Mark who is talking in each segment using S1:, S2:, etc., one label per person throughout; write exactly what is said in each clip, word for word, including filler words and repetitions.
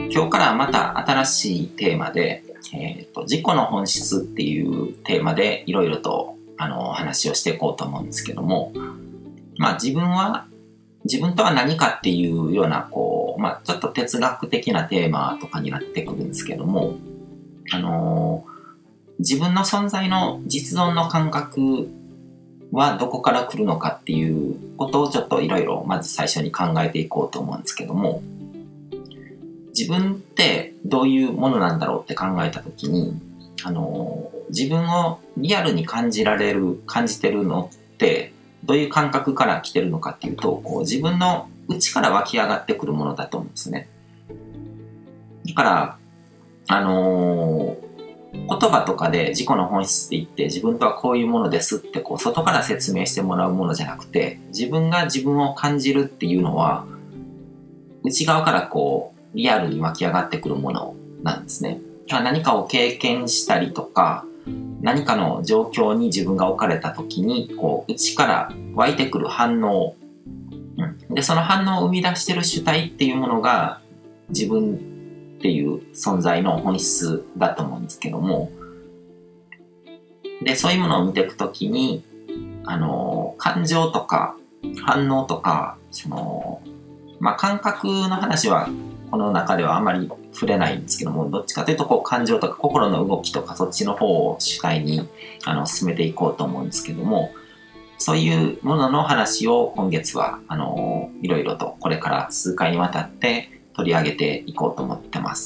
S1: 今日からまた新しいテーマで、えーと、自己の本質っていうテーマでいろいろとあの話をしていこうと思うんですけども、まあ自分は自分とは何かっていうようなこう、まあ、ちょっと哲学的なテーマとかになってくるんですけども、あのー、自分の存在の実存の感覚はどこから来るのかっていうことをちょっといろいろまず最初に考えていこうと思うんですけども、自分ってどういうものなんだろうって考えたときに、あのー、自分をリアルに感じられる、感じてるのってどういう感覚から来てるのかっていうと、こう自分の内から湧き上がってくるものだと思うんですね。だから、あのー、言葉とかで自己の本質って言って自分とはこういうものですってこう外から説明してもらうものじゃなくて、自分が自分を感じるっていうのは内側からこうリアルに湧き上がってくるものなんですね。何かを経験したりとか、何かの状況に自分が置かれた時にこう内から湧いてくる反応、うん、でその反応を生み出している主体っていうものが自分っていう存在の本質だと思うんですけども、でそういうものを見ていく時にあの感情とか反応とかその、まあ、感覚の話はこの中ではあんまり触れないんですけども、どっちかというとこう感情とか心の動きとかそっちの方を主体にあの進めていこうと思うんですけども、そういうものの話を今月はあのいろいろとこれから数回にわたって取り上げていこうと思ってます。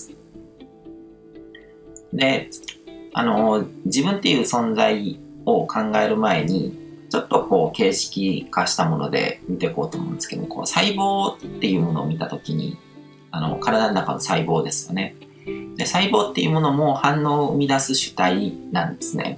S1: で、あの自分っていう存在を考える前にちょっとこう形式化したもので見ていこうと思うんですけど、こう細胞っていうものを見たときにあの体の中の細胞ですよね。で細胞っていうものも反応を生み出す主体なんですね。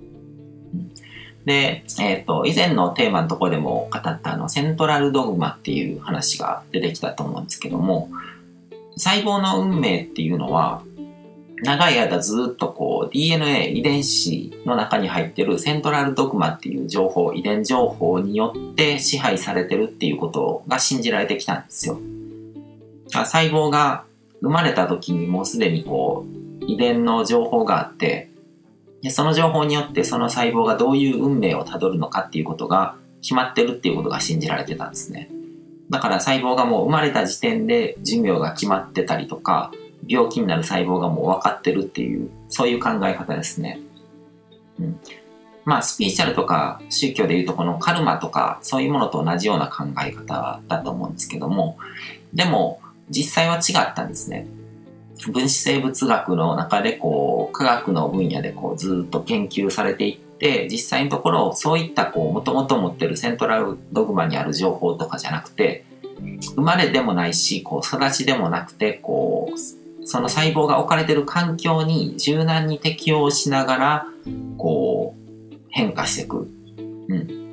S1: で、えっと、以前のテーマのところでも語ったあのセントラルドグマっていう話が出てきたと思うんですけども、細胞の運命っていうのは長い間ずっとこう ディーエヌエー 遺伝子の中に入ってるセントラルドグマっていう情報、遺伝情報によって支配されてるっていうことが信じられてきたんですよ。細胞が生まれた時にもうすでにこう遺伝の情報があって、でその情報によってその細胞がどういう運命をたどるのかっていうことが決まってるっていうことが信じられてたんですね。だから細胞がもう生まれた時点で寿命が決まってたりとか、病気になる細胞がもう分かってるっていう、そういう考え方ですね。うん、まあスピーチャルとか宗教でいうとこのカルマとかそういうものと同じような考え方だと思うんですけども、でも実際は違ったんですね。分子生物学の中でこう科学の分野でこうずっと研究されていって、実際のところそういったこう元々持ってるセントラルドグマにある情報とかじゃなくて、生まれでもないしこう育ちでもなくて、こうその細胞が置かれてる環境に柔軟に適応しながらこう変化していく、うん、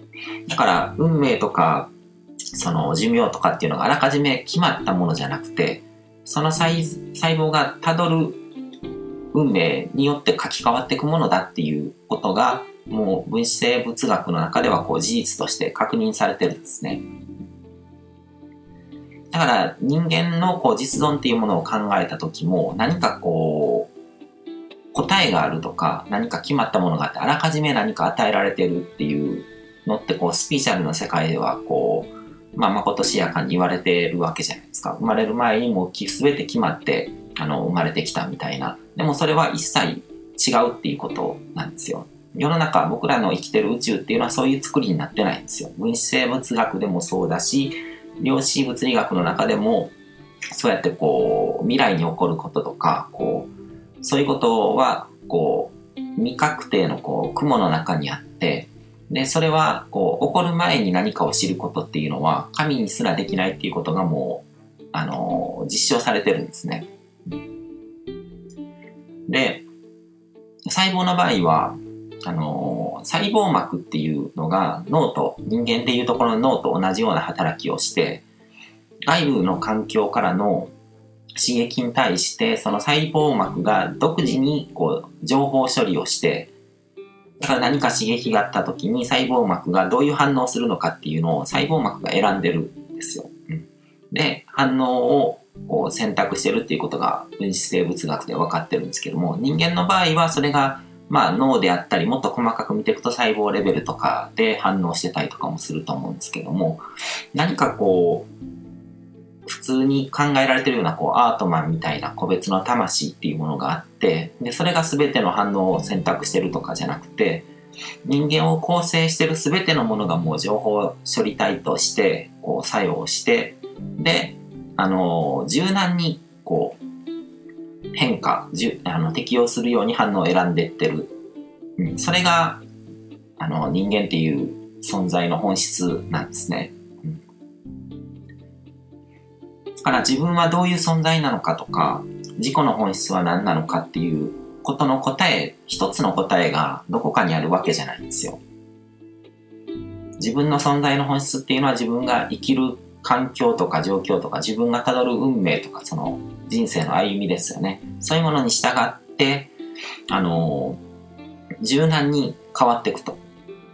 S1: だから運命とかその寿命とかっていうのがあらかじめ決まったものじゃなくて、その細胞がたどる運命によって書き換わっていくものだっていうことがもう分子生物学の中ではこう事実として確認されてるんですね。だから人間のこう実存っていうものを考えた時も、何かこう答えがあるとか何か決まったものがあって、あらかじめ何か与えられてるっていうのってこうスピーチャルの世界ではこうまあ、まことしやかに言われてるわけじゃないですか。生まれる前にもう全て決まってあの生まれてきたみたいな。でもそれは一切違うっていうことなんですよ。世の中、僕らの生きてる宇宙っていうのはそういう作りになってないんですよ。分子生物学でもそうだし、量子物理学の中でもそうやってこう未来に起こることとか、こうそういうことはこう未確定のこう雲の中にあって、でそれはこう起こる前に何かを知ることっていうのは神にすらできないっていうことがもう、あのー、実証されてるんですね。で細胞の場合はあのー、細胞膜っていうのが脳と人間でいうところの脳と同じような働きをして、外部の環境からの刺激に対してその細胞膜が独自にこう情報処理をして、だから何か刺激があった時に細胞膜がどういう反応をするのかっていうのを細胞膜が選んでるんですよ。うん、で反応をこう選択してるっていうことが分子生物学で分かってるんですけども、人間の場合はそれがまあ脳であったり、もっと細かく見ていくと細胞レベルとかで反応してたりとかもすると思うんですけども、何かこう普通に考えられてるようなこうアートマンみたいな個別の魂っていうものがあって、でそれが全ての反応を選択してるとかじゃなくて、人間を構成してる全てのものがもう情報処理体としてこう作用して、であの柔軟にこう変化じゅあの適応するように反応を選んでってる、うん、それがあの人間っていう存在の本質なんですね。だから自分はどういう存在なのかとか、自己の本質は何なのかっていうことの答え、一つの答えがどこかにあるわけじゃないんですよ。自分の存在の本質っていうのは自分が生きる環境とか状況とか自分がたどる運命とかその人生の歩みですよね。そういうものに従って、あの、柔軟に変わっていくと。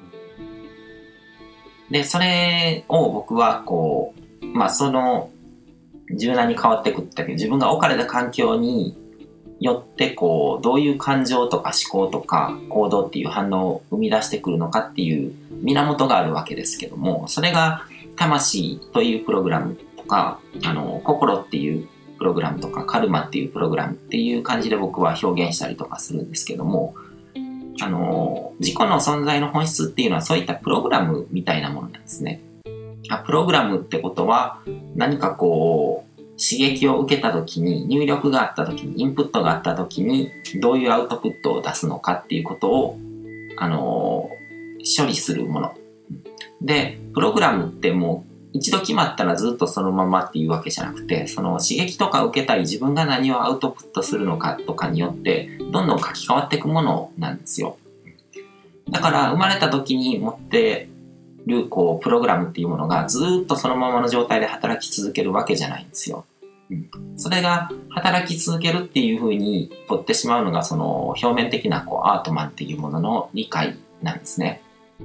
S1: で、それを僕はこう、まあその、柔軟に変わっていくっていう自分が置かれた環境によってこうどういう感情とか思考とか行動っていう反応を生み出してくるのかっていう源があるわけですけども、それが魂というプログラムとかあの心っていうプログラムとかカルマっていうプログラムっていう感じで僕は表現したりとかするんですけども、あの自己の存在の本質っていうのはそういったプログラムみたいなものなんですね。プログラムってことは何かこう刺激を受けた時に入力があった時にインプットがあった時にどういうアウトプットを出すのかっていうことをあの処理するもので、プログラムってもう一度決まったらずっとそのままっていうわけじゃなくて、その刺激とか受けたり自分が何をアウトプットするのかとかによってどんどん書き換わっていくものなんですよ。だから生まれた時に持ってるこうプログラムっていうものがずっとそのままの状態で働き続けるわけじゃないんですよ。うん、それが働き続けるっていう風に取ってしまうのがその表面的なこうアートマンっていうものの理解なんですね。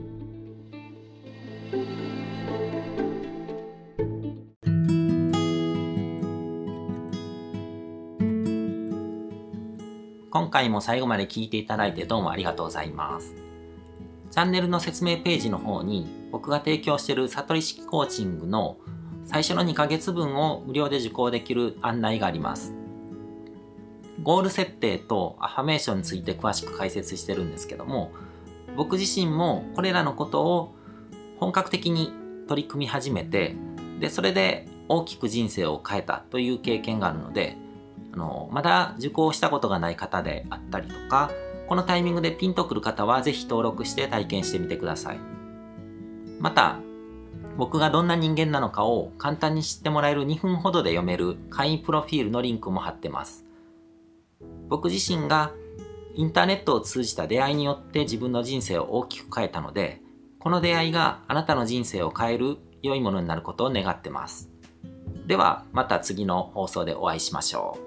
S1: 今回も最後まで聞いていただいてどうもありがとうございます。チャンネルの説明ページの方に僕が提供している悟り式コーチングの最初のにかげつぶんを無料で受講できる案内があります。ゴール設定とアファメーションについて詳しく解説してるんですけども、僕自身もこれらのことを本格的に取り組み始めて、でそれで大きく人生を変えたという経験があるので、あのまだ受講したことがない方であったりとか、このタイミングでピンとくる方はぜひ登録して体験してみてください。また、僕がどんな人間なのかを簡単に知ってもらえるにふんほどで読める会員プロフィールのリンクも貼ってます。僕自身がインターネットを通じた出会いによって自分の人生を大きく変えたので、この出会いがあなたの人生を変える良いものになることを願ってます。ではまた次の放送でお会いしましょう。